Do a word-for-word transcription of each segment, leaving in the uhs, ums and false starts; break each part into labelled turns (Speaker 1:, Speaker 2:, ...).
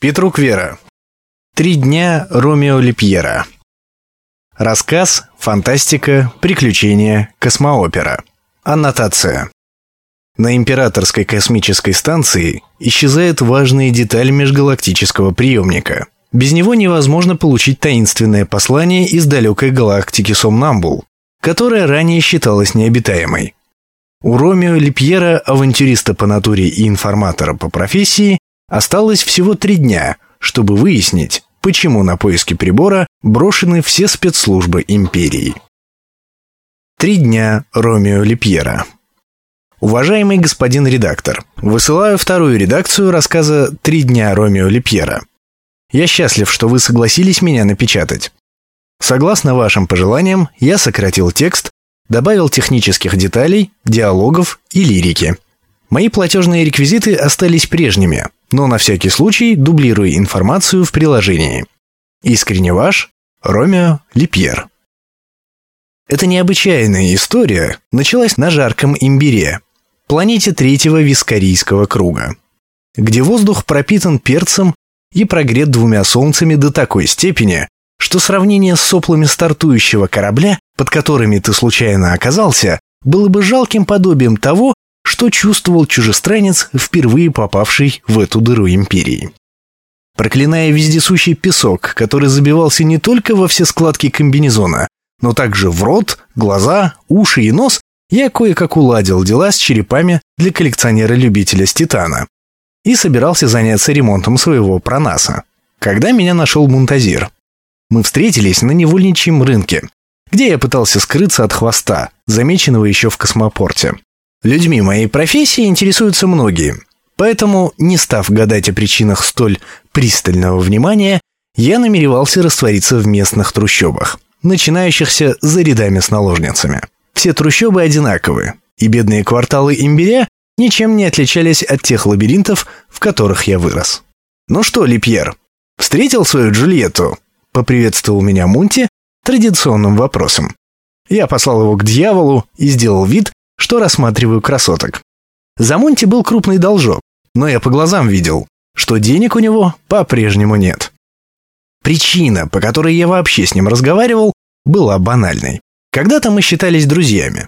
Speaker 1: Петрук Вера. Три дня Ромео Липьера. Рассказ, фантастика, приключения, космоопера. Аннотация. На императорской космической станции исчезает важная деталь межгалактического приемника. Без него невозможно получить таинственное послание из далекой галактики Сомнамбул, которая ранее считалась необитаемой. У Ромео Липьера, авантюриста по натуре и информатора по профессии, осталось всего три дня, чтобы выяснить, почему на поиски прибора брошены все спецслужбы империи. Три дня Ромео Липьера. Уважаемый господин редактор, высылаю вторую редакцию рассказа «Три дня Ромео Липьера». Я счастлив, что вы согласились меня напечатать. Согласно вашим пожеланиям, я сократил текст, добавил технических деталей, диалогов и лирики. Мои платежные реквизиты остались прежними, но на всякий случай дублирую информацию в приложении. Искренне ваш, Ромео Липьер. Эта необычайная история началась на жарком Имбире, планете третьего Вискарийского круга, где воздух пропитан перцем и прогрет двумя солнцами до такой степени, что сравнение с соплами стартующего корабля, под которыми ты случайно оказался, было бы жалким подобием того, что чувствовал чужестранец, впервые попавший в эту дыру империи. Проклиная вездесущий песок, который забивался не только во все складки комбинезона, но также в рот, глаза, уши и нос, я кое-как уладил дела с черепами для коллекционера-любителя с Титана и собирался заняться ремонтом своего Пронаса, когда меня нашел Мунтазир. Мы встретились на невольничьем рынке, где я пытался скрыться от хвоста, замеченного еще в космопорте. Людьми моей профессии интересуются многие, поэтому, не став гадать о причинах столь пристального внимания, я намеревался раствориться в местных трущобах, начинающихся за рядами с наложницами. Все трущобы одинаковы, и бедные кварталы Имбиря ничем не отличались от тех лабиринтов, в которых я вырос. «Ну что, Липьер, встретил свою Джульетту?» — поприветствовал меня Мунти традиционным вопросом. Я послал его к дьяволу и сделал вид, что рассматриваю красоток. За Мунти был крупный должок, но я по глазам видел, что денег у него по-прежнему нет. Причина, по которой я вообще с ним разговаривал, была банальной. Когда-то мы считались друзьями.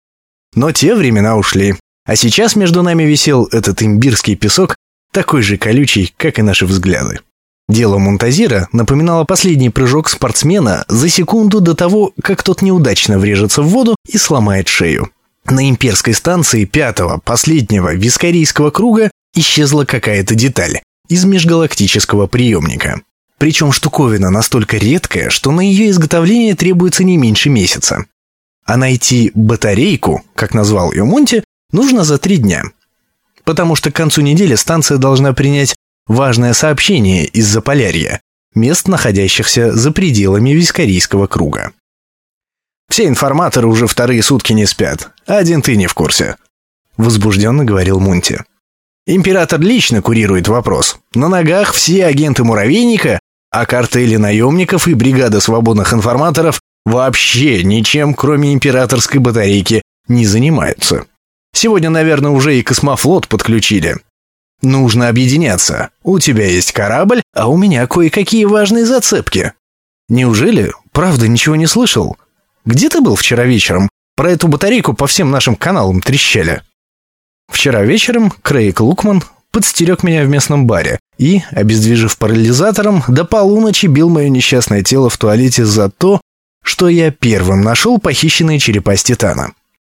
Speaker 1: Но те времена ушли, а сейчас между нами висел этот имбирский песок, такой же колючий, как и наши взгляды. Дело Мунтазира напоминало последний прыжок спортсмена за секунду до того, как тот неудачно врежется в воду и сломает шею. На имперской станции пятого, последнего Вискарийского круга исчезла какая-то деталь из межгалактического приемника. Причем штуковина настолько редкая, что на ее изготовление требуется не меньше месяца. А найти батарейку, как назвал ее Монти, нужно за три дня. Потому что к концу недели станция должна принять важное сообщение из Заполярья, мест, находящихся за пределами Вискарийского круга. «Все информаторы уже вторые сутки не спят, а один ты не в курсе», — возбужденно говорил Мунти. «Император лично курирует вопрос. На ногах все агенты муравейника, а картели наемников и бригада свободных информаторов вообще ничем, кроме императорской батарейки, не занимаются. Сегодня, наверное, уже и космофлот подключили. Нужно объединяться. У тебя есть корабль, а у меня кое-какие важные зацепки. Неужели, правда, ничего не слышал? Где ты был вчера вечером? Про эту батарейку по всем нашим каналам трещали». Вчера вечером Крейг Лукман подстерег меня в местном баре и, обездвижив парализатором, до полуночи бил мое несчастное тело в туалете за то, что я первым нашел похищенные черепа с Титана.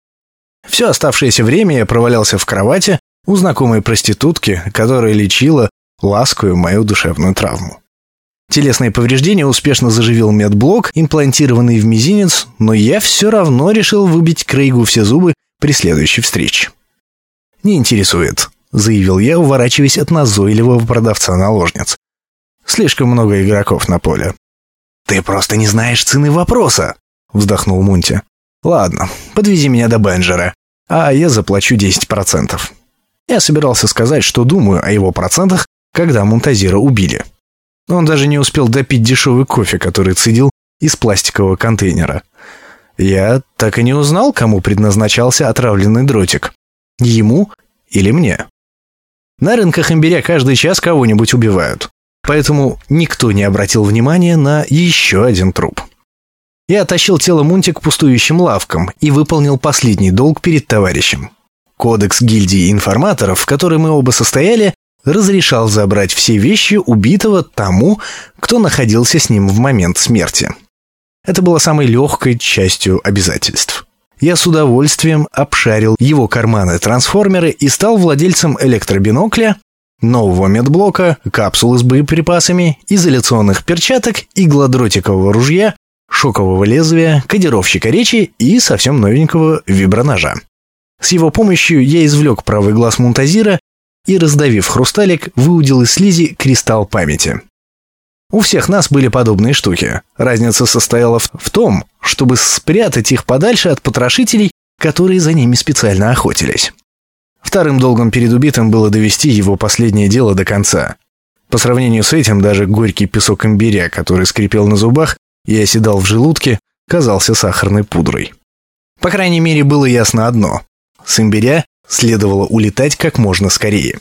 Speaker 1: Все оставшееся время я провалялся в кровати у знакомой проститутки, которая лечила ласкою мою душевную травму. Телесные повреждения успешно заживил медблок, имплантированный в мизинец, но я все равно решил выбить Крейгу все зубы при следующей встрече. «Не интересует», — заявил я, уворачиваясь от назойливого продавца наложниц. «Слишком много игроков на поле». «Ты просто не знаешь цены вопроса», — вздохнул Мунти. «Ладно, подвези меня до Бенджера, а я заплачу десять процентов». Я собирался сказать, что думаю о его процентах, когда Мунтазира убили. Он даже не успел допить дешевый кофе, который цедил из пластикового контейнера. Я так и не узнал, кому предназначался отравленный дротик. Ему или мне? На рынках Имбиря каждый час кого-нибудь убивают. поэтому никто не обратил внимания на еще один труп. Я оттащил тело Мунти к пустующим лавкам и выполнил последний долг перед товарищем. Кодекс гильдии информаторов, в которой мы оба состояли, разрешал забрать все вещи убитого тому, кто находился с ним в момент смерти. Это было самой легкой частью обязательств. Я с удовольствием обшарил его карманы-трансформеры и стал владельцем электробинокля, нового медблока, капсулы с боеприпасами, изоляционных перчаток, иглодротикового ружья, шокового лезвия, кодировщика речи и совсем новенького виброножа. С его помощью я извлек правый глаз Мунтазира и, раздавив хрусталик, выудил из слизи кристалл памяти. У всех нас были подобные штуки. Разница состояла в, в том, чтобы спрятать их подальше от потрошителей, которые за ними специально охотились. Вторым долгом перед убитым было довести его последнее дело до конца. По сравнению с этим, даже горький песок имбиря, который скрипел на зубах и оседал в желудке, казался сахарной пудрой. По крайней мере, было ясно одно. С имбиря следовало улетать как можно скорее.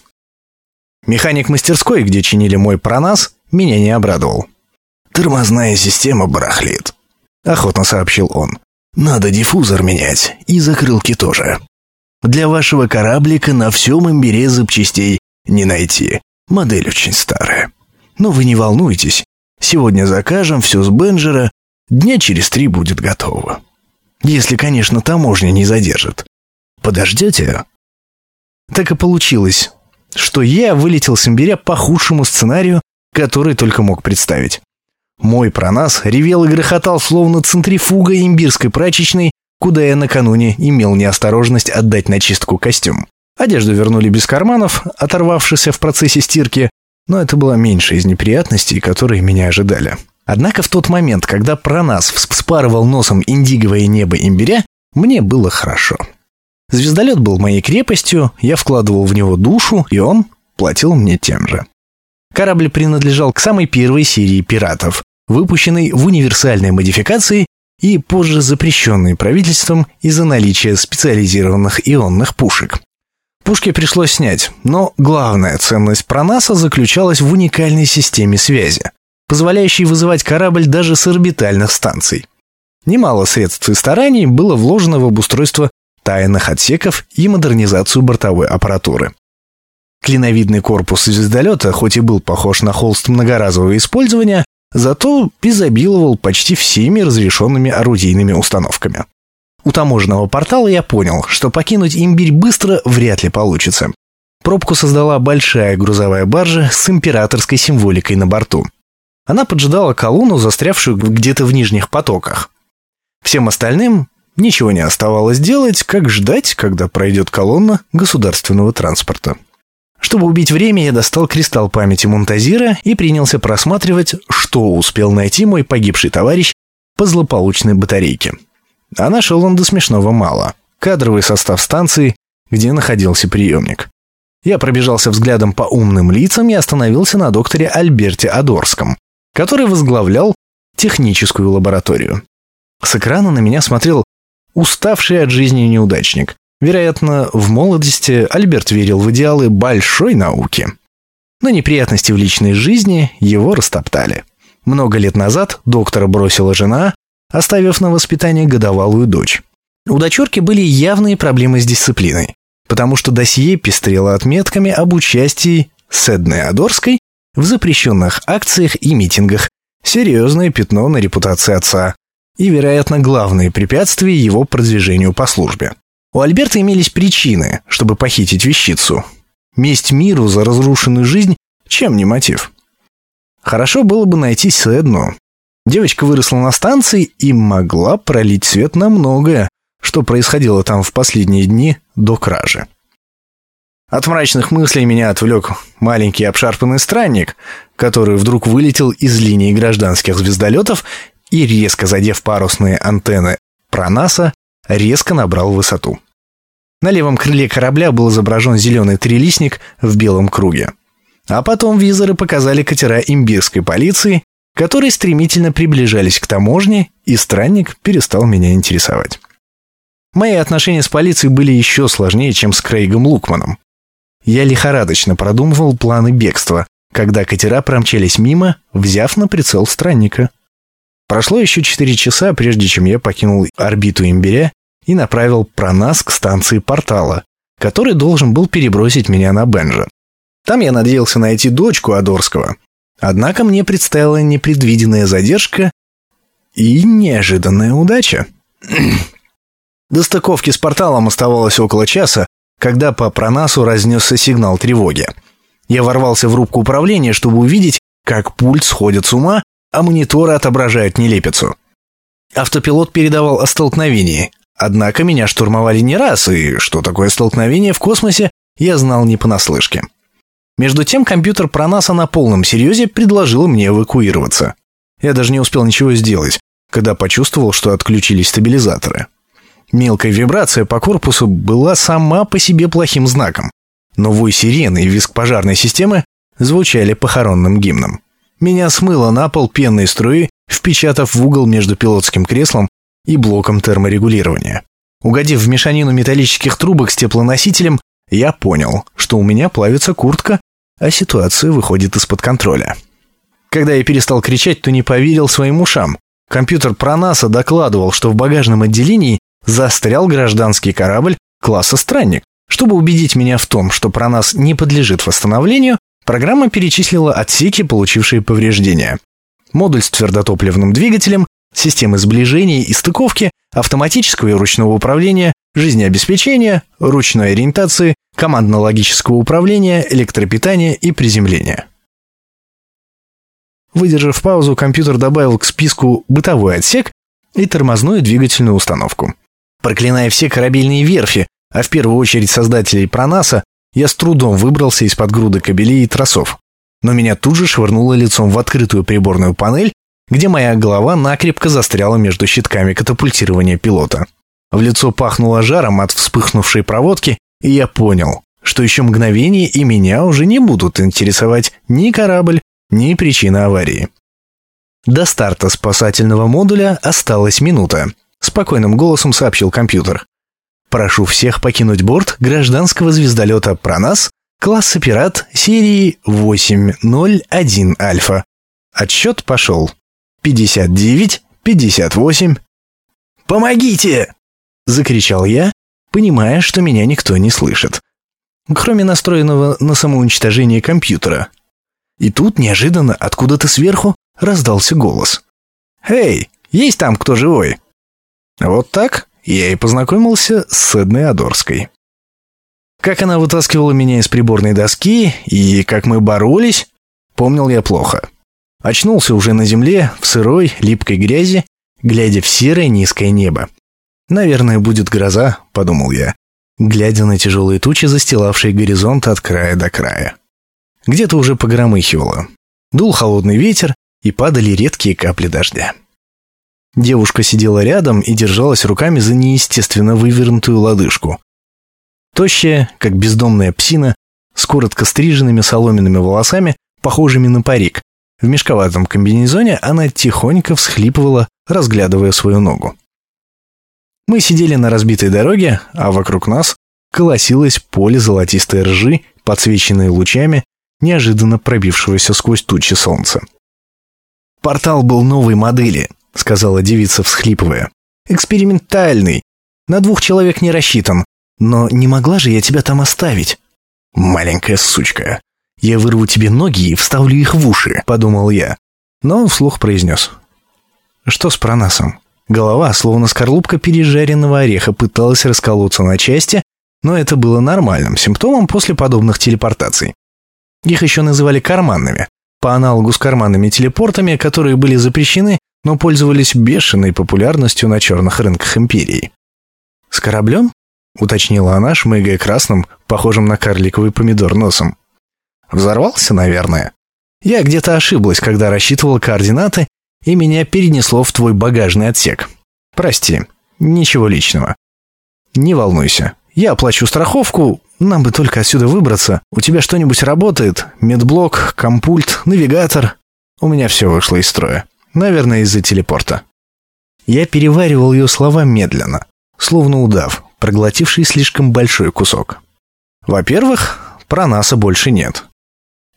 Speaker 1: Механик мастерской, где чинили мой пронас, меня не обрадовал. «Тормозная система барахлит», — охотно сообщил он. «Надо диффузор менять, и закрылки тоже. Для вашего кораблика на всем имбире запчастей не найти. Модель очень старая. Но вы не волнуйтесь. Сегодня закажем все с Бенджера, дня через три будет готово. Если, конечно, таможня не задержит. Подождете?» Так и получилось, что я вылетел с имбиря по худшему сценарию, который только мог представить. Мой пронас ревел и грохотал, словно центрифуга имбирской прачечной, куда я накануне имел неосторожность отдать на чистку костюм. Одежду вернули без карманов, оторвавшись в процессе стирки, но это была меньшая из неприятностей, которые меня ожидали. Однако в тот момент, когда пронас вспарывал носом индиговое небо имбиря, мне было хорошо. Звездолет был моей крепостью, я вкладывал в него душу, и он платил мне тем же. Корабль принадлежал к самой первой серии пиратов, выпущенной в универсальной модификации и позже запрещенной правительством из-за наличия специализированных ионных пушек. Пушки пришлось снять, но главная ценность пронаса заключалась в уникальной системе связи, позволяющей вызывать корабль даже с орбитальных станций. Немало средств и стараний было вложено в обустройство тайных отсеков и модернизацию бортовой аппаратуры. Клиновидный корпус звездолета, хоть и был похож на холст многоразового использования, зато изобиловал почти всеми разрешенными орудийными установками. У таможенного портала я понял, что покинуть имбирь быстро вряд ли получится. Пробку создала большая грузовая баржа с императорской символикой на борту. Она поджидала колонну, застрявшую где-то в нижних потоках. Всем остальным ничего не оставалось делать, как ждать, когда пройдет колонна государственного транспорта. Чтобы убить время, я достал кристалл памяти Мунтазира и принялся просматривать, что успел найти мой погибший товарищ по злополучной батарейке. А нашел он до смешного мало. Кадровый состав станции, где находился приемник. Я пробежался взглядом по умным лицам и остановился на докторе Альберте Адорском, который возглавлял техническую лабораторию. С экрана на меня смотрел уставший от жизни неудачник. Вероятно, в молодости Альберт верил в идеалы большой науки. Но неприятности в личной жизни его растоптали. Много лет назад доктора бросила жена, оставив на воспитание годовалую дочь. У дочурки были явные проблемы с дисциплиной, потому что досье пестрело отметками об участии Седны Адорской в запрещенных акциях и митингах, серьезное пятно на репутации отца и, вероятно, главные препятствия его продвижению по службе. У Альберта имелись причины, чтобы похитить вещицу. Месть миру за разрушенную жизнь – чем не мотив? Хорошо было бы найти Седну. Девочка выросла на станции и могла пролить свет на многое, что происходило там в последние дни до кражи. От мрачных мыслей меня отвлек маленький обшарпанный странник, который вдруг вылетел из линии гражданских звездолетов и, резко задев парусные антенны пронаса, резко набрал высоту. На левом крыле корабля был изображен зеленый трилистник в белом круге. А потом визоры показали катера имбирской полиции, которые стремительно приближались к таможне, и странник перестал меня интересовать. Мои отношения с полицией были еще сложнее, чем с Крейгом Лукманом. Я лихорадочно продумывал планы бегства, когда катера промчались мимо, взяв на прицел странника. Прошло еще четыре часа, прежде чем я покинул орбиту имбиря и направил Пронас к станции портала, который должен был перебросить меня на Бенжа. Там я надеялся найти дочку Адорского. Однако мне предстояла непредвиденная задержка и неожиданная удача. До стыковки с порталом оставалось около часа, когда по Пронасу разнесся сигнал тревоги. Я ворвался в рубку управления, чтобы увидеть, как пульт сходит с ума, а мониторы отображают нелепицу. Автопилот передавал о столкновении, однако меня штурмовали не раз, и что такое столкновение в космосе, я знал не понаслышке. Между тем компьютер Пронаса на полном серьезе предложил мне эвакуироваться. Я даже не успел ничего сделать, когда почувствовал, что отключились стабилизаторы. Мелкая вибрация по корпусу была сама по себе плохим знаком, но вой сирены и визг пожарной системы звучали похоронным гимном. Меня смыло на пол пенной струи, впечатав в угол между пилотским креслом и блоком терморегулирования. Угодив в мешанину металлических трубок с теплоносителем, я понял, что у меня плавится куртка, а ситуация выходит из-под контроля. Когда я перестал кричать, то не поверил своим ушам. Компьютер Пронаса докладывал, что в багажном отделении застрял гражданский корабль класса «Странник». Чтобы убедить меня в том, что Пронас не подлежит восстановлению, программа перечислила отсеки, получившие повреждения. Модуль с твердотопливным двигателем, системы сближения и стыковки, автоматического и ручного управления, жизнеобеспечения, ручной ориентации, командно-логического управления, электропитания и приземления. Выдержав паузу, компьютер добавил к списку бытовой отсек и тормозную двигательную установку. Проклиная все корабельные верфи, а в первую очередь создателей Пронаса, я с трудом выбрался из-под груды кабелей и тросов. Но меня тут же швырнуло лицом в открытую приборную панель, где моя голова накрепко застряла между щитками катапультирования пилота. В лицо пахнуло жаром от вспыхнувшей проводки, и я понял, что еще мгновение и меня уже не будут интересовать ни корабль, ни причина аварии. До старта спасательного модуля осталась минута. Спокойным голосом сообщил компьютер. Прошу всех покинуть борт гражданского звездолета «Пронас» класса «Пират» серии восемь ноль один Альфа. Отсчет пошел. пятьдесят девять, пятьдесят восемь. «Помогите!» — закричал я, понимая, что меня никто не слышит. Кроме настроенного на самоуничтожение компьютера. И тут неожиданно откуда-то сверху раздался голос. «Эй, есть там кто живой?» Вот так я и познакомился с Эдной Адорской. Как она вытаскивала меня из приборной доски и как мы боролись, помнил я плохо. Очнулся уже на земле, в сырой, липкой грязи, глядя в серое низкое небо. «Наверное, будет гроза», — подумал я, глядя на тяжелые тучи, застилавшие горизонт от края до края. Где-то уже погромыхивало. Дул холодный ветер, и падали редкие капли дождя. Девушка сидела рядом и держалась руками за неестественно вывернутую лодыжку. Тощая, как бездомная псина, с коротко стриженными соломенными волосами, похожими на парик. В мешковатом комбинезоне она тихонько всхлипывала, разглядывая свою ногу. Мы сидели на разбитой дороге, а вокруг нас колосилось поле золотистой ржи, подсвеченное лучами, неожиданно пробившегося сквозь тучи солнца. «Портал был новой модели», — сказала девица, всхлипывая. «Экспериментальный. На двух человек не рассчитан. Но не могла же я тебя там оставить?» «Маленькая сучка. Я вырву тебе ноги и вставлю их в уши», — подумал я. Но вслух произнес. «Что с Пронасом?» Голова, словно скорлупка пережаренного ореха, пыталась расколоться на части, но это было нормальным симптомом после подобных телепортаций. Их еще называли карманными, по аналогу с карманными телепортами, которые были запрещены, но пользовались бешеной популярностью на черных рынках империи. «С кораблем?» — уточнила она, шмыгая красным, похожим на карликовый помидор носом. «Взорвался, наверное. Я где-то ошиблась, когда рассчитывала координаты, и меня перенесло в твой багажный отсек. Прости, ничего личного. Не волнуйся, я оплачу страховку, нам бы только отсюда выбраться. У тебя что-нибудь работает? Медблок, компульт, навигатор?» У меня все вышло из строя. Наверное, из-за телепорта. Я переваривал ее слова медленно, словно удав, проглотивший слишком большой кусок. Во-первых, Пронаса больше нет.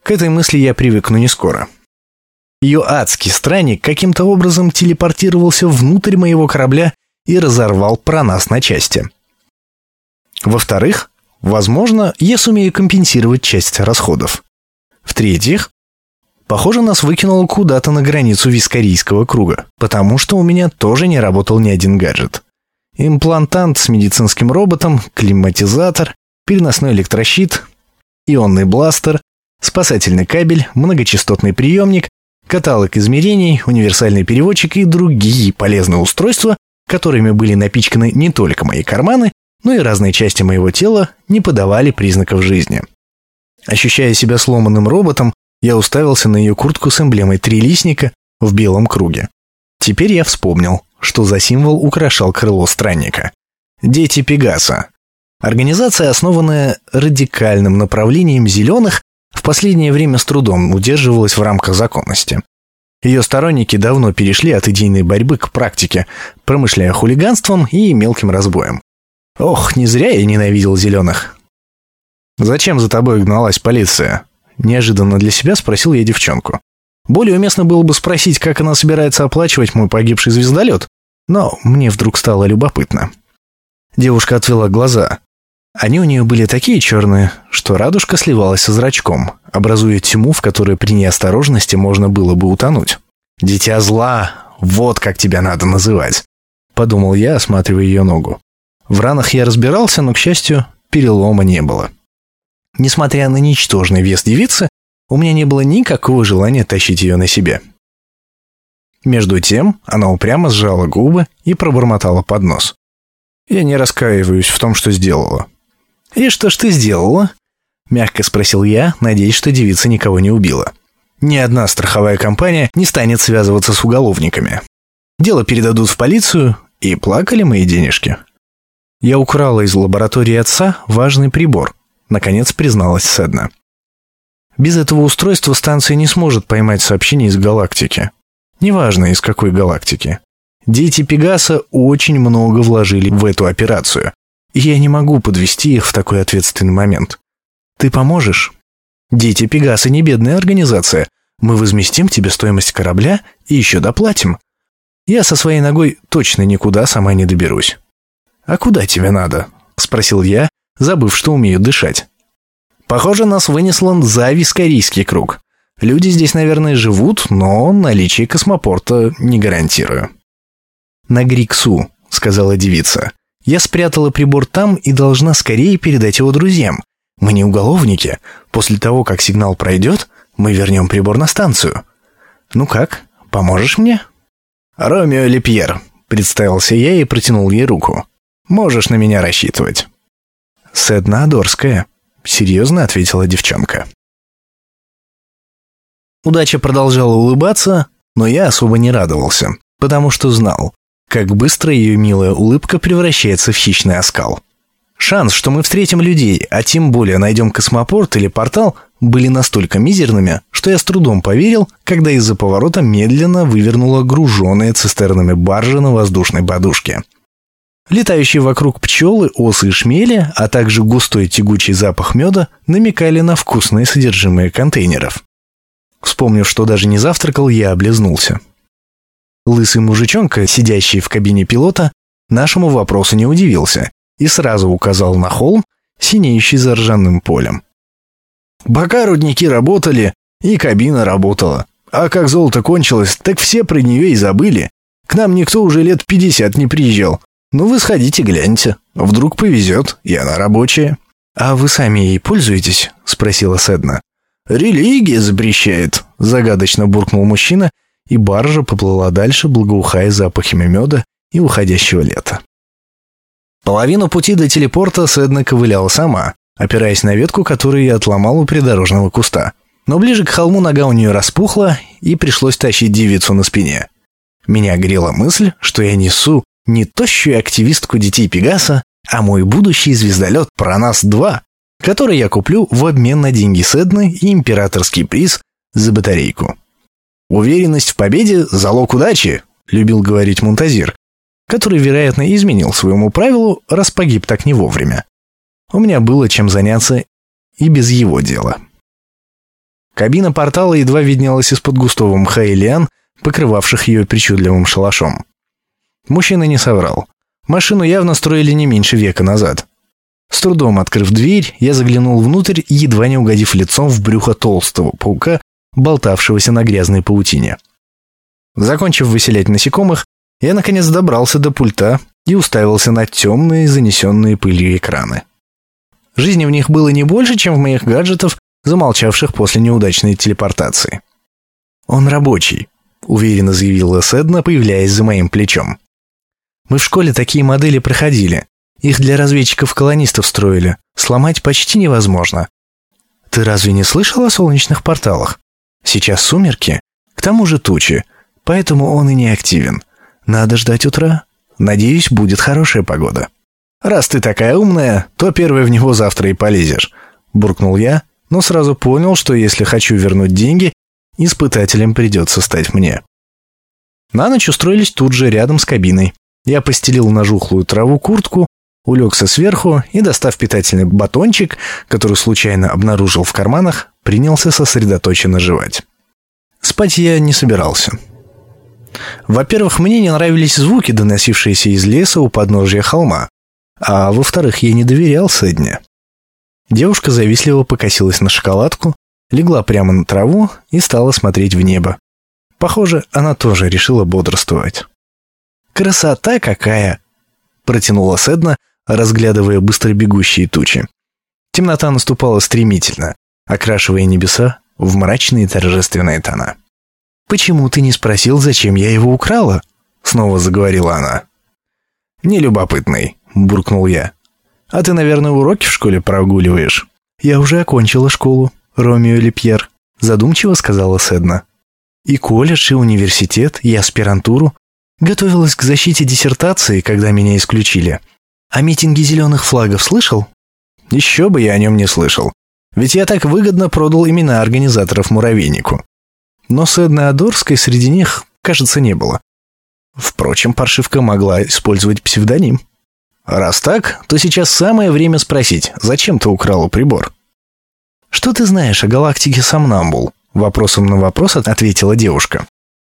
Speaker 1: К этой мысли я привыкну не скоро. Ее адский странник каким-то образом телепортировался внутрь моего корабля и разорвал Пронас на части. Во-вторых, возможно, я сумею компенсировать часть расходов. В-третьих, похоже, нас выкинуло куда-то на границу Вискарийского круга, потому что у меня тоже не работал ни один гаджет. Имплантант с медицинским роботом, климатизатор, переносной электрощит, ионный бластер, спасательный кабель, многочастотный приемник, каталог измерений, универсальный переводчик и другие полезные устройства, которыми были напичканы не только мои карманы, но и разные части моего тела, не подавали признаков жизни. Ощущая себя сломанным роботом, я уставился на ее куртку с эмблемой трилистника в белом круге. Теперь я вспомнил, что за символ украшал крыло странника. Дети Пегаса. Организация, основанная радикальным направлением зеленых, в последнее время с трудом удерживалась в рамках законности. Ее сторонники давно перешли от идейной борьбы к практике, промышляя хулиганством и мелким разбоем. Ох, не зря я ненавидел зеленых. «Зачем за тобой гналась полиция?» Неожиданно для себя спросил я девчонку. Более уместно было бы спросить, как она собирается оплачивать мой погибший звездолет, но мне вдруг стало любопытно. Девушка отвела глаза. Они у нее были такие черные, что радужка сливалась со зрачком, образуя тьму, в которой при неосторожности можно было бы утонуть. «Дитя зла, вот как тебя надо называть», — подумал я, осматривая ее ногу. В ранах я разбирался, но, к счастью, перелома не было. Несмотря на ничтожный вес девицы, у меня не было никакого желания тащить ее на себе. Между тем она упрямо сжала губы и пробормотала под нос. «Я не раскаиваюсь в том, что сделала». «И что ж ты сделала?» — мягко спросил я, надеясь, что девица никого не убила. Ни одна страховая компания не станет связываться с уголовниками. Дело передадут в полицию, и плакали мои денежки. Я украла из лаборатории отца важный прибор, наконец призналась Седна. Без этого устройства станция не сможет поймать сообщения из галактики. Неважно, из какой галактики. Дети Пегаса очень много вложили в эту операцию, и я не могу подвести их в такой ответственный момент. Ты поможешь? Дети Пегаса не бедная организация. Мы возместим тебе стоимость корабля и еще доплатим. Я со своей ногой точно никуда сама не доберусь. «А куда тебе надо?» — спросил я, забыв, что умею дышать. «Похоже, нас вынесло за Вискарийский круг. Люди здесь, наверное, живут, но наличие космопорта не гарантирую». «На Гриксу», — сказала девица. «Я спрятала прибор там и должна скорее передать его друзьям. Мы не уголовники. После того, как сигнал пройдет, мы вернем прибор на станцию. Ну как, поможешь мне?» «Ромео Лепьер», — представился я и протянул ей руку. «Можешь на меня рассчитывать». «Седна Адорская», — серьезно ответила девчонка. Удача продолжала улыбаться, но я особо не радовался, потому что знал, как быстро ее милая улыбка превращается в хищный оскал. Шанс, что мы встретим людей, а тем более найдем космопорт или портал, были настолько мизерными, что я с трудом поверил, когда из-за поворота медленно вывернула груженная цистернами баржа на воздушной подушке. Летающие вокруг пчелы, осы и шмели, а также густой тягучий запах меда намекали на вкусное содержимое контейнеров. Вспомнив, что даже не завтракал, я облизнулся. Лысый мужичонка, сидящий в кабине пилота, нашему вопросу не удивился и сразу указал на холм, синеющий за ржаным полем. «Пока рудники работали, и кабина работала. А как золото кончилось, так все про нее и забыли. К нам никто уже лет пятьдесят не приезжал. Ну вы сходите, гляньте. Вдруг повезет, и она рабочая». «А вы сами ей пользуетесь?» — спросила Седна. «Религия запрещает», — загадочно буркнул мужчина, и баржа поплыла дальше, благоухая запахами меда и уходящего лета. Половину пути до телепорта Седна ковыляла сама, опираясь на ветку, которую я отломал у придорожного куста. Но ближе к холму нога у нее распухла, и пришлось тащить девицу на спине. Меня грела мысль, что я несу не тощую активистку детей Пегаса, а мой будущий звездолет Пронас два, который я куплю в обмен на деньги Седны и императорский приз за батарейку. «Уверенность в победе – залог удачи», – любил говорить Мунтазир, который, вероятно, изменил своему правилу, раз погиб так не вовремя. У меня было чем заняться и без его дела. Кабина портала едва виднелась из-под густого мха и лиан, покрывавших ее причудливым шалашом. Мужчина не соврал. Машину явно строили не меньше века назад. С трудом открыв дверь, я заглянул внутрь, едва не угодив лицом в брюхо толстого паука, болтавшегося на грязной паутине. Закончив выселять насекомых, я наконец добрался до пульта и уставился на темные, занесенные пылью экраны. Жизни в них было не больше, чем в моих гаджетах, замолчавших после неудачной телепортации. «Он рабочий», — уверенно заявила Седна, появляясь за моим плечом. «Мы в школе такие модели проходили. Их для разведчиков-колонистов строили. Сломать почти невозможно. Ты разве не слышал о солнечных порталах? Сейчас сумерки, к тому же тучи, поэтому он и не активен. Надо ждать утра. Надеюсь, будет хорошая погода». «Раз ты такая умная, то первой в него завтра и полезешь», — буркнул я, но сразу понял, что если хочу вернуть деньги, испытателем придется стать мне. На ночь устроились тут же, рядом с кабиной. Я постелил на жухлую траву куртку, улегся сверху и, достав питательный батончик, который случайно обнаружил в карманах, принялся сосредоточенно жевать. Спать я не собирался. Во-первых, мне не нравились звуки, доносившиеся из леса у подножья холма, а во-вторых, я не доверял Седне. Девушка завистливо покосилась на шоколадку, легла прямо на траву и стала смотреть в небо. Похоже, она тоже решила бодрствовать. «Красота какая!» — протянула Седна, разглядывая быстро бегущие тучи. Темнота наступала стремительно, окрашивая небеса в мрачные торжественные тона. «Почему ты не спросил, зачем я его украла?» — снова заговорила она. «Нелюбопытный», — буркнул я. «А ты, наверное, уроки в школе прогуливаешь?» «Я уже окончила школу, Ромео Липьер», — задумчиво сказала Седна. «И колледж, и университет, и аспирантуру. Готовилась к защите диссертации, когда меня исключили. О митинге зеленых флагов слышал?» «Еще бы я о нем не слышал. Ведь я так выгодно продал имена организаторов муравейнику». Но Седны Адорской среди них, кажется, не было. Впрочем, паршивка могла использовать псевдоним. «Раз так, то сейчас самое время спросить, зачем ты украла прибор?» «Что ты знаешь о галактике Сомнамбул?» Вопросом на вопрос ответила девушка.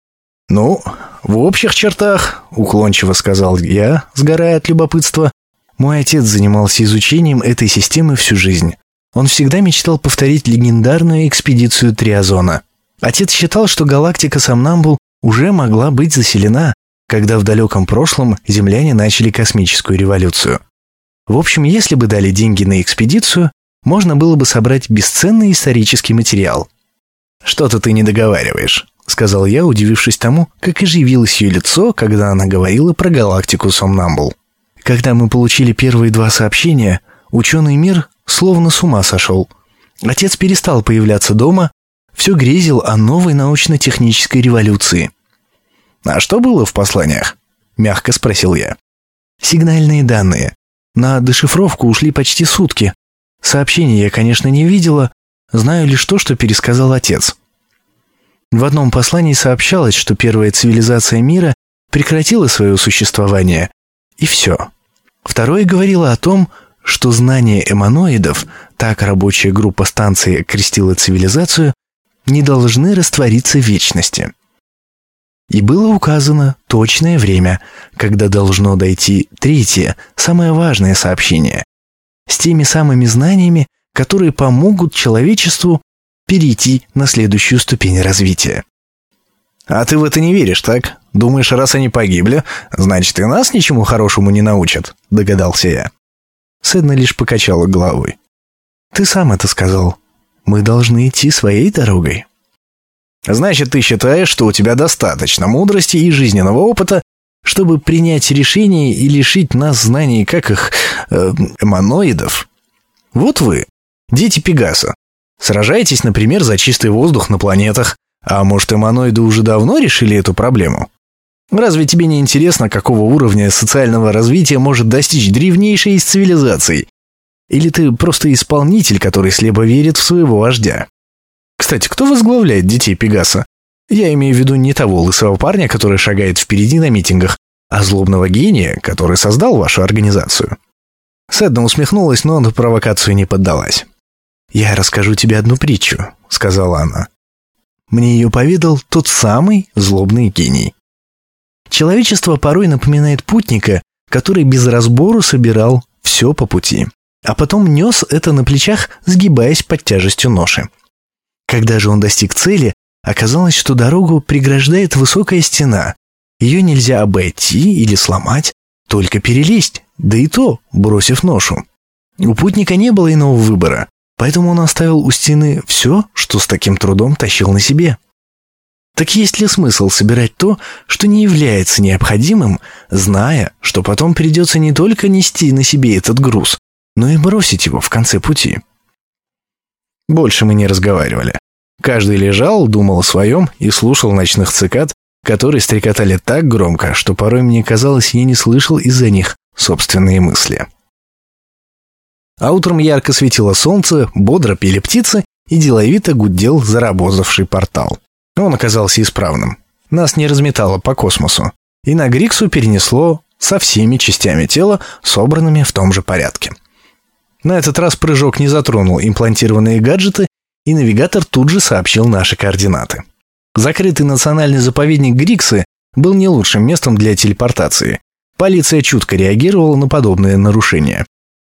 Speaker 1: «Ну, в общих чертах», — уклончиво сказал я, сгорая от любопытства. «Мой отец занимался изучением этой системы всю жизнь. Он всегда мечтал повторить легендарную экспедицию Триазона. Отец считал, что галактика Сомнамбул уже могла быть заселена, когда в далеком прошлом земляне начали космическую революцию. В общем, если бы дали деньги на экспедицию, можно было бы собрать бесценный исторический материал». «Что-то ты не договариваешь», — сказал я, удивившись тому, как оживилось ее лицо, когда она говорила про галактику Сомнамбул. «Когда мы получили первые два сообщения, ученый мир словно с ума сошел. Отец перестал появляться дома, все грезил о новой научно-технической революции». «А что было в посланиях?» — мягко спросил я. «Сигнальные данные. На дешифровку ушли почти сутки. Сообщения я, конечно, не видела, знаю лишь то, что пересказал отец. В одном послании сообщалось, что первая цивилизация мира прекратила свое существование, и все. Второе говорило о том, что знания эманоидов, так рабочая группа станции окрестила цивилизацию, не должны раствориться в вечности. И было указано точное время, когда должно дойти третье, самое важное сообщение, с теми самыми знаниями, которые помогут человечеству перейти на следующую ступень развития. «А ты в это не веришь, так? Думаешь, раз они погибли, значит и нас ничему хорошему не научат?» — догадался я. Седна лишь покачала головой. «Ты сам это сказал. Мы должны идти своей дорогой». «Значит, ты считаешь, что у тебя достаточно мудрости и жизненного опыта, чтобы принять решение и лишить нас знаний, как их э, эманоидов? Вот вы, дети Пегаса, сражаетесь, например, за чистый воздух на планетах, а может, эманоиды уже давно решили эту проблему? Разве тебе не интересно, какого уровня социального развития может достичь древнейшая из цивилизаций? Или ты просто исполнитель, который слепо верит в своего вождя? Кстати, кто возглавляет детей Пегаса? Я имею в виду не того лысого парня, который шагает впереди на митингах, а злобного гения, который создал вашу организацию». Седна усмехнулась, но на провокацию не поддалась. «Я расскажу тебе одну притчу», — сказала она. Мне ее поведал тот самый злобный гений. Человечество порой напоминает путника, который без разбору собирал все по пути, а потом нес это на плечах, сгибаясь под тяжестью ноши. Когда же он достиг цели, оказалось, что дорогу преграждает высокая стена. Ее нельзя обойти или сломать, только перелезть, да и то, бросив ношу. У путника не было иного выбора, поэтому он оставил у стены все, что с таким трудом тащил на себе. Так есть ли смысл собирать то, что не является необходимым, зная, что потом придется не только нести на себе этот груз, но и бросить его в конце пути? Больше мы не разговаривали. Каждый лежал, думал о своем и слушал ночных цикад, которые стрекотали так громко, что порой мне казалось, я не слышал из-за них собственные мысли. А утром ярко светило солнце, бодро пели птицы и деловито гудел заработавший портал. Он оказался исправным. Нас не разметало по космосу. И на Гриксу перенесло со всеми частями тела, собранными в том же порядке. На этот раз прыжок не затронул имплантированные гаджеты, и навигатор тут же сообщил наши координаты. Закрытый национальный заповедник Гриксы был не лучшим местом для телепортации. Полиция чутко реагировала на подобные нарушения.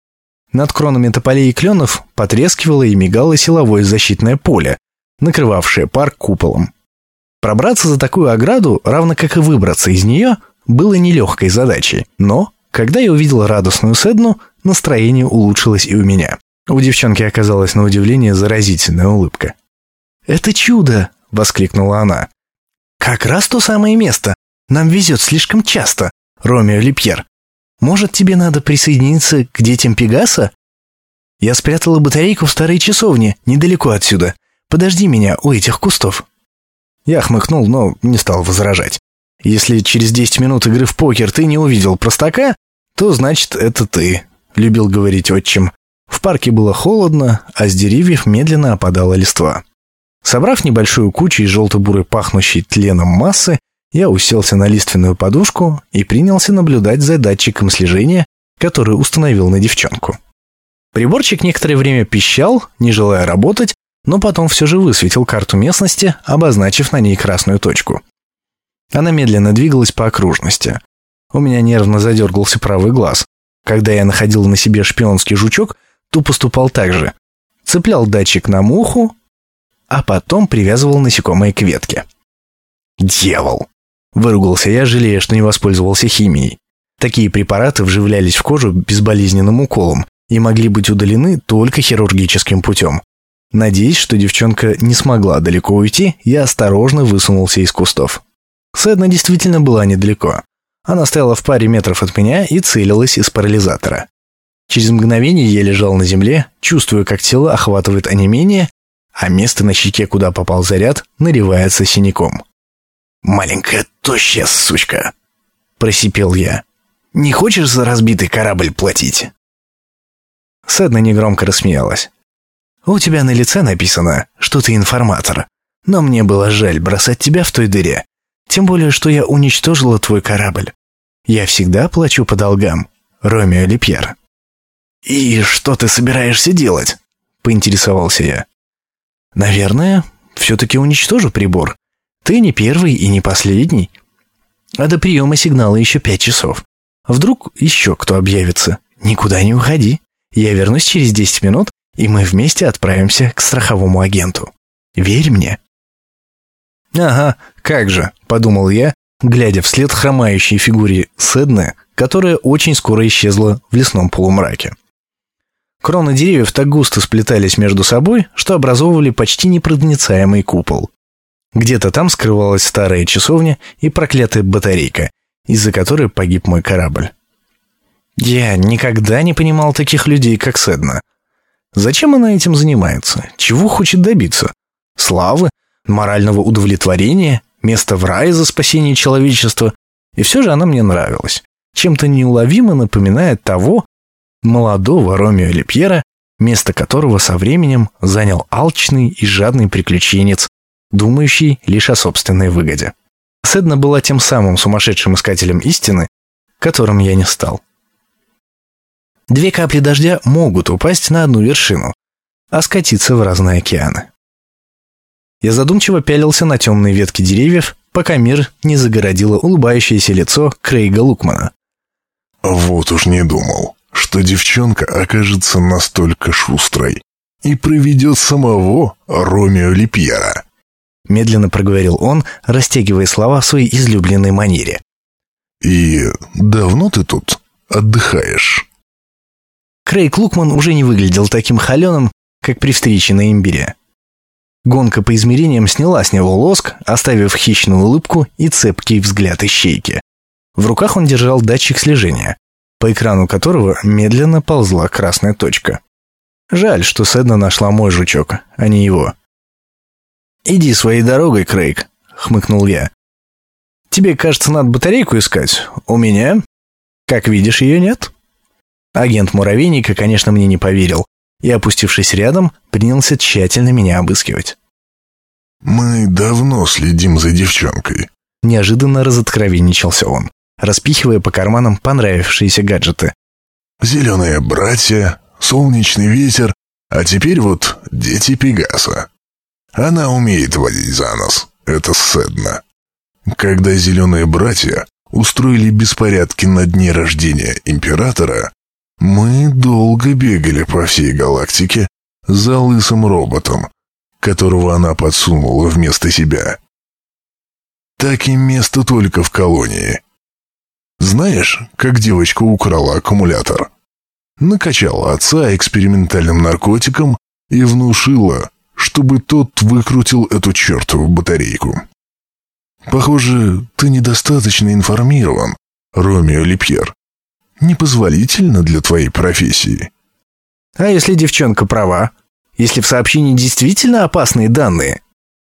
Speaker 1: Над кронами тополей и кленов потрескивало и мигало силовое защитное поле, накрывавшее парк куполом. Пробраться за такую ограду, равно как и выбраться из нее, было нелегкой задачей. Но, когда я увидел радостную Седну, настроение улучшилось и у меня. У девчонки оказалась на удивление заразительная улыбка. «Это чудо!» — воскликнула она. «Как раз то самое место. Нам везет слишком часто, Ромео Липьер. Может, тебе надо присоединиться к детям Пегаса? Я спрятала батарейку в старой часовне, недалеко отсюда. Подожди меня у этих кустов». Я хмыкнул, но не стал возражать. Если через десять минут игры в покер ты не увидел простака, то значит это ты, любил говорить отчим. В парке было холодно, а с деревьев медленно опадала листва. Собрав небольшую кучу из желто-бурой пахнущей тленом массы, я уселся на лиственную подушку и принялся наблюдать за датчиком слежения, который установил на девчонку. Приборчик некоторое время пищал, не желая работать, но потом все же высветил карту местности, обозначив на ней красную точку. Она медленно двигалась по окружности. У меня нервно задергался правый глаз. Когда я находил на себе шпионский жучок, то поступал так же. Цеплял датчик на муху, а потом привязывал насекомое к ветке. «Дьявол!» – выругался я, жалея, что не воспользовался химией. Такие препараты вживлялись в кожу безболезненным уколом и могли быть удалены только хирургическим путем. Надеясь, что девчонка не смогла далеко уйти, я осторожно высунулся из кустов. Седна действительно была недалеко. Она стояла в паре метров от меня и целилась из парализатора. Через мгновение я лежал на земле, чувствуя, как тело охватывает онемение, а место на щеке, куда попал заряд, наливается синяком. «Маленькая тощая сучка!» – просипел я. «Не хочешь за разбитый корабль платить?» Седна негромко рассмеялась. «У тебя на лице написано, что ты информатор, но мне было жаль бросать тебя в той дыре, тем более, что я уничтожила твой корабль. Я всегда плачу по долгам, Ромео Липьер». «И что ты собираешься делать?» – поинтересовался я. «Наверное, все-таки уничтожу прибор. Ты не первый и не последний. А до приема сигнала еще пять часов. Вдруг еще кто объявится. Никуда не уходи. Я вернусь через десять минут, и мы вместе отправимся к страховому агенту. Верь мне». «Ага, как же», — подумал я, глядя вслед хромающей фигуре Седны, которая очень скоро исчезла в лесном полумраке. Кроны деревьев так густо сплетались между собой, что образовывали почти непроницаемый купол. Где-то там скрывалась старая часовня и проклятая батарейка, из-за которой погиб мой корабль. Я никогда не понимал таких людей, как Седна. Зачем она этим занимается? Чего хочет добиться? Славы? Морального удовлетворения? Место в рае за спасение человечества? И все же она мне нравилась. Чем-то неуловимо напоминает того молодого Ромео Липьера, место которого со временем занял алчный и жадный приключенец, думающий лишь о собственной выгоде. Седна была тем самым сумасшедшим искателем истины, которым я не стал. Две капли дождя могут упасть на одну вершину, а скатиться в разные океаны. Я задумчиво пялился на темные ветки деревьев, пока мир не загородило улыбающееся лицо Крейга Лукмана.
Speaker 2: «Вот уж не думал, что девчонка окажется настолько шустрой и проведет самого Ромео Липьера»,
Speaker 1: медленно проговорил он, растягивая слова в своей излюбленной манере.
Speaker 2: «И давно ты тут отдыхаешь?»
Speaker 1: Крейг Лукман уже не выглядел таким холеным, как при встрече на имбире. Гонка по измерениям сняла с него лоск, оставив хищную улыбку и цепкий взгляд ищейки. В руках он держал датчик слежения, по экрану которого медленно ползла красная точка. Жаль, что Седна нашла мой жучок, а не его. «Иди своей дорогой, Крейг», — хмыкнул я. «Тебе, кажется, надо батарейку искать. У меня, как видишь, ее нет». Агент муравейника, конечно, мне не поверил, и, опустившись рядом, принялся тщательно меня обыскивать.
Speaker 2: «Мы давно следим за девчонкой»,
Speaker 1: — неожиданно разоткровенничался он, распихивая по карманам понравившиеся гаджеты.
Speaker 2: «Зеленые братья, солнечный ветер, а теперь вот дети Пегаса. Она умеет водить за нос, это Седна. Когда зеленые братья устроили беспорядки на дне рождения императора, мы долго бегали по всей галактике за лысым роботом, которого она подсунула вместо себя. Так и место только в колонии. Знаешь, как девочка украла аккумулятор? Накачала отца экспериментальным наркотиком и внушила, чтобы тот выкрутил эту чертову батарейку. Похоже, ты недостаточно информирован, Ромео Липьер. Непозволительно для твоей профессии.
Speaker 1: А если девчонка права? Если в сообщении действительно опасные данные?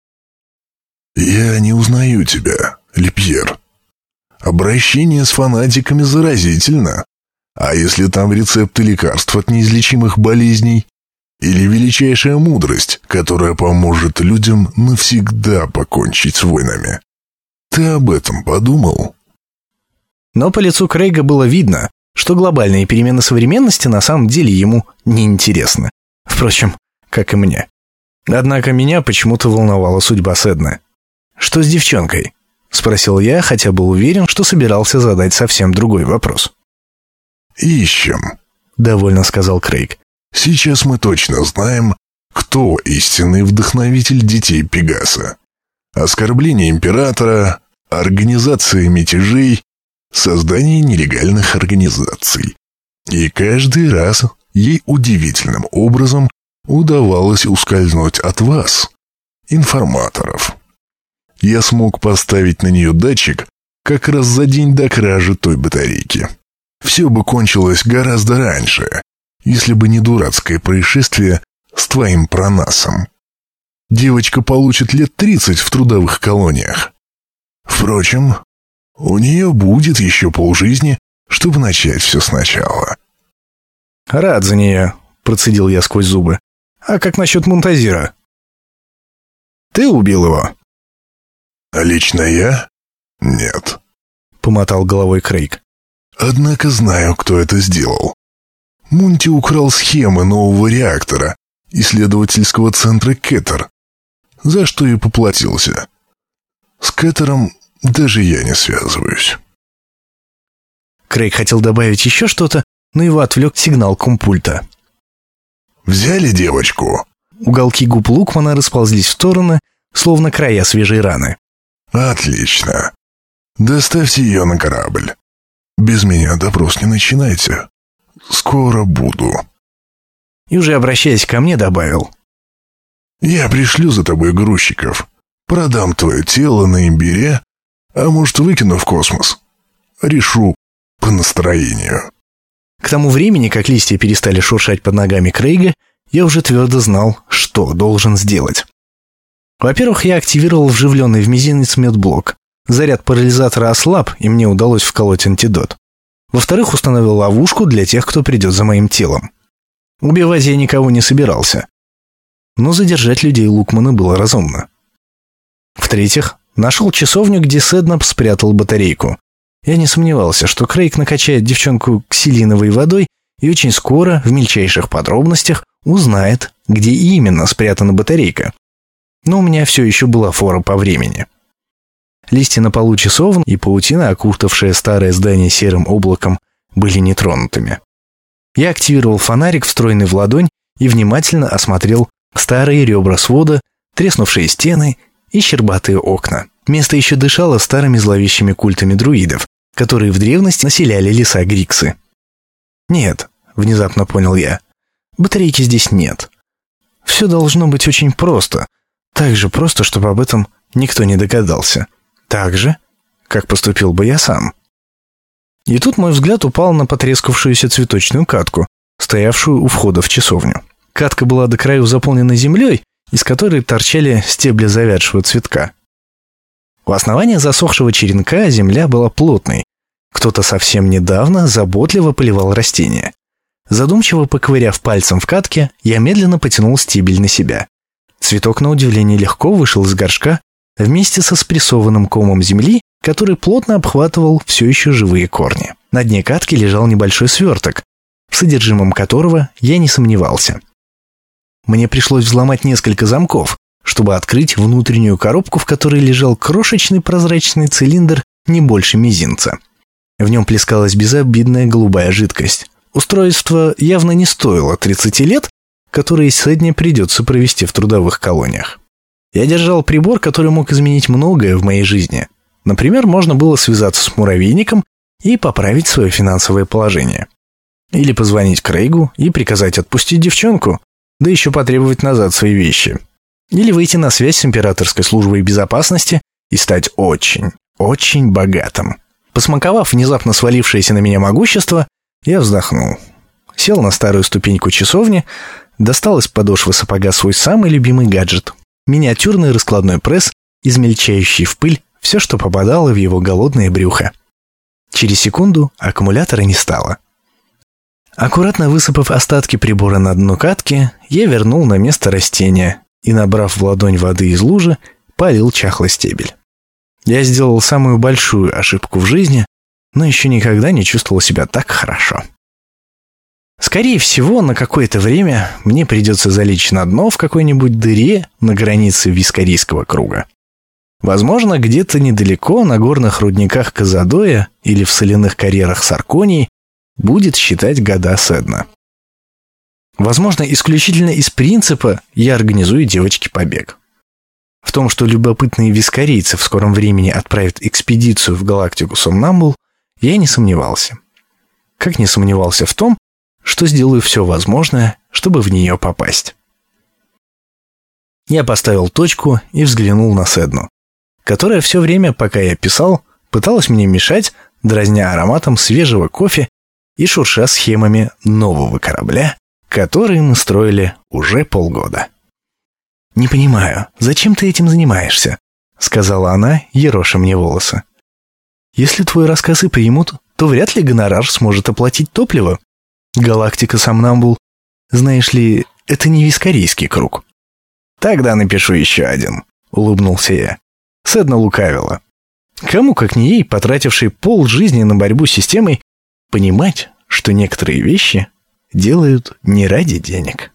Speaker 2: Я не узнаю тебя, Липьер. Обращение с фанатиками заразительно. А если там рецепты лекарств от неизлечимых болезней? Или величайшая мудрость, которая поможет людям навсегда покончить с войнами? Ты об этом подумал?
Speaker 1: Но по лицу Крейга было видно, что глобальные перемены современности на самом деле ему не интересны. Впрочем, как и мне. Однако меня почему-то волновала судьба Седны. «Что с девчонкой?» — спросил я, хотя был уверен, что собирался задать совсем другой вопрос.
Speaker 2: «Ищем»,
Speaker 1: — довольно сказал Крейг.
Speaker 2: «Сейчас мы точно знаем, кто истинный вдохновитель детей Пегаса. Оскорбление императора, организация мятежей, создание нелегальных организаций. И каждый раз ей удивительным образом удавалось ускользнуть от вас, информаторов. Я смог поставить на нее датчик как раз за день до кражи той батарейки. Все бы кончилось гораздо раньше, если бы не дурацкое происшествие с твоим пронасом. Девочка получит лет тридцать в трудовых колониях. Впрочем, у нее будет еще полжизни, чтобы начать все сначала».
Speaker 1: «Рад за нее», — процедил я сквозь зубы. «А как насчет Мунтазира?» «Ты убил его?»
Speaker 2: «Лично я? Нет»,
Speaker 1: — помотал головой Крейг.
Speaker 2: «Однако знаю, кто это сделал. Мунти украл схемы нового реактора исследовательского центра Кеттер, за что и поплатился. С Кеттером даже я не связываюсь».
Speaker 1: Крейг хотел добавить еще что-то, но его отвлек сигнал компульта.
Speaker 2: «Взяли девочку?»
Speaker 1: Уголки губ Лукмана расползлись в стороны, словно края свежей раны.
Speaker 2: «Отлично. Доставьте ее на корабль. Без меня допрос не начинайте. Скоро буду».
Speaker 1: И уже обращаясь ко мне, добавил:
Speaker 2: «Я пришлю за тобой грузчиков. Продам твое тело на имбире, а может, выкину в космос. Решу по настроению».
Speaker 1: К тому времени, как листья перестали шуршать под ногами Крейга, я уже твердо знал, что должен сделать. Во-первых, я активировал вживленный в мизинец медблок. Заряд парализатора ослаб, и мне удалось вколоть антидот. Во-вторых, установил ловушку для тех, кто придет за моим телом. Убивать я никого не собирался. Но задержать людей Лукмана было разумно. В-третьих, нашел часовню, где Седна спрятал батарейку. Я не сомневался, что Крейг накачает девчонку ксилиновой водой и очень скоро, в мельчайших подробностях, узнает, где именно спрятана батарейка. Но у меня все еще была фора по времени. Листья на полу часовни и паутина, окутавшая старое здание серым облаком, были нетронутыми. Я активировал фонарик, встроенный в ладонь, и внимательно осмотрел старые ребра свода, треснувшие стены и щербатые окна. Место еще дышало старыми зловещими культами друидов, которые в древности населяли леса Гриксы. «Нет», — внезапно понял я, — «батарейки здесь нет. Все должно быть очень просто, так же просто, чтобы об этом никто не догадался. Так же, как поступил бы я сам». И тут мой взгляд упал на потрескавшуюся цветочную катку, стоявшую у входа в часовню. Катка была до краю заполнена землей, из которой торчали стебли завядшего цветка. У основания засохшего черенка земля была плотной. Кто-то совсем недавно заботливо поливал растения. Задумчиво поковыряв пальцем в катке, я медленно потянул стебель на себя. Цветок, на удивление, легко вышел из горшка вместе со спрессованным комом земли, который плотно обхватывал все еще живые корни. На дне катки лежал небольшой сверток, в содержимом которого я не сомневался. Мне пришлось взломать несколько замков, чтобы открыть внутреннюю коробку, в которой лежал крошечный прозрачный цилиндр не больше мизинца. В нем плескалась безобидная голубая жидкость. Устройство явно не стоило тридцати лет, которые сегодня придется провести в трудовых колониях. Я держал прибор, который мог изменить многое в моей жизни. Например, можно было связаться с муравейником и поправить свое финансовое положение. Или позвонить Крейгу и приказать отпустить девчонку, да еще потребовать назад свои вещи. Или выйти на связь с императорской службой безопасности и стать очень, очень богатым. Посмаковав внезапно свалившееся на меня могущество, я вздохнул. Сел на старую ступеньку часовни, достал из подошвы сапога свой самый любимый гаджет – миниатюрный раскладной пресс, измельчающий в пыль все, что попадало в его голодное брюхо. Через секунду аккумулятора не стало. Аккуратно высыпав остатки прибора на дно катки, я вернул на место растения и, набрав в ладонь воды из лужи, полил чахлый стебель. Я сделал самую большую ошибку в жизни, но еще никогда не чувствовал себя так хорошо. Скорее всего, на какое-то время мне придется залечь на дно в какой-нибудь дыре на границе Вискарийского круга. Возможно, где-то недалеко на горных рудниках Казадоя или в соляных карьерах Сарконии будет считать года Седна. Возможно, исключительно из принципа я организую девочке побег. В том, что любопытные вискарийцы в скором времени отправят экспедицию в галактику Сомнамбул, я не сомневался. Как не сомневался в том, что сделаю все возможное, чтобы в нее попасть. Я поставил точку и взглянул на Седну, которая все время, пока я писал, пыталась мне мешать, дразня ароматом свежего кофе и шурша схемами нового корабля, который мы строили уже полгода. «Не понимаю, зачем ты этим занимаешься?» — сказала она, ероша мне волосы. «Если твой рассказ и примут, то вряд ли гонорар сможет оплатить топливо. Галактика Сомнамбул, знаешь ли, это не вискарийский круг». «Тогда напишу еще один», — улыбнулся я. Седна лукавила. Кому, как не ей, потратившей полжизни на борьбу с системой, понимать, что некоторые вещи делают не ради денег.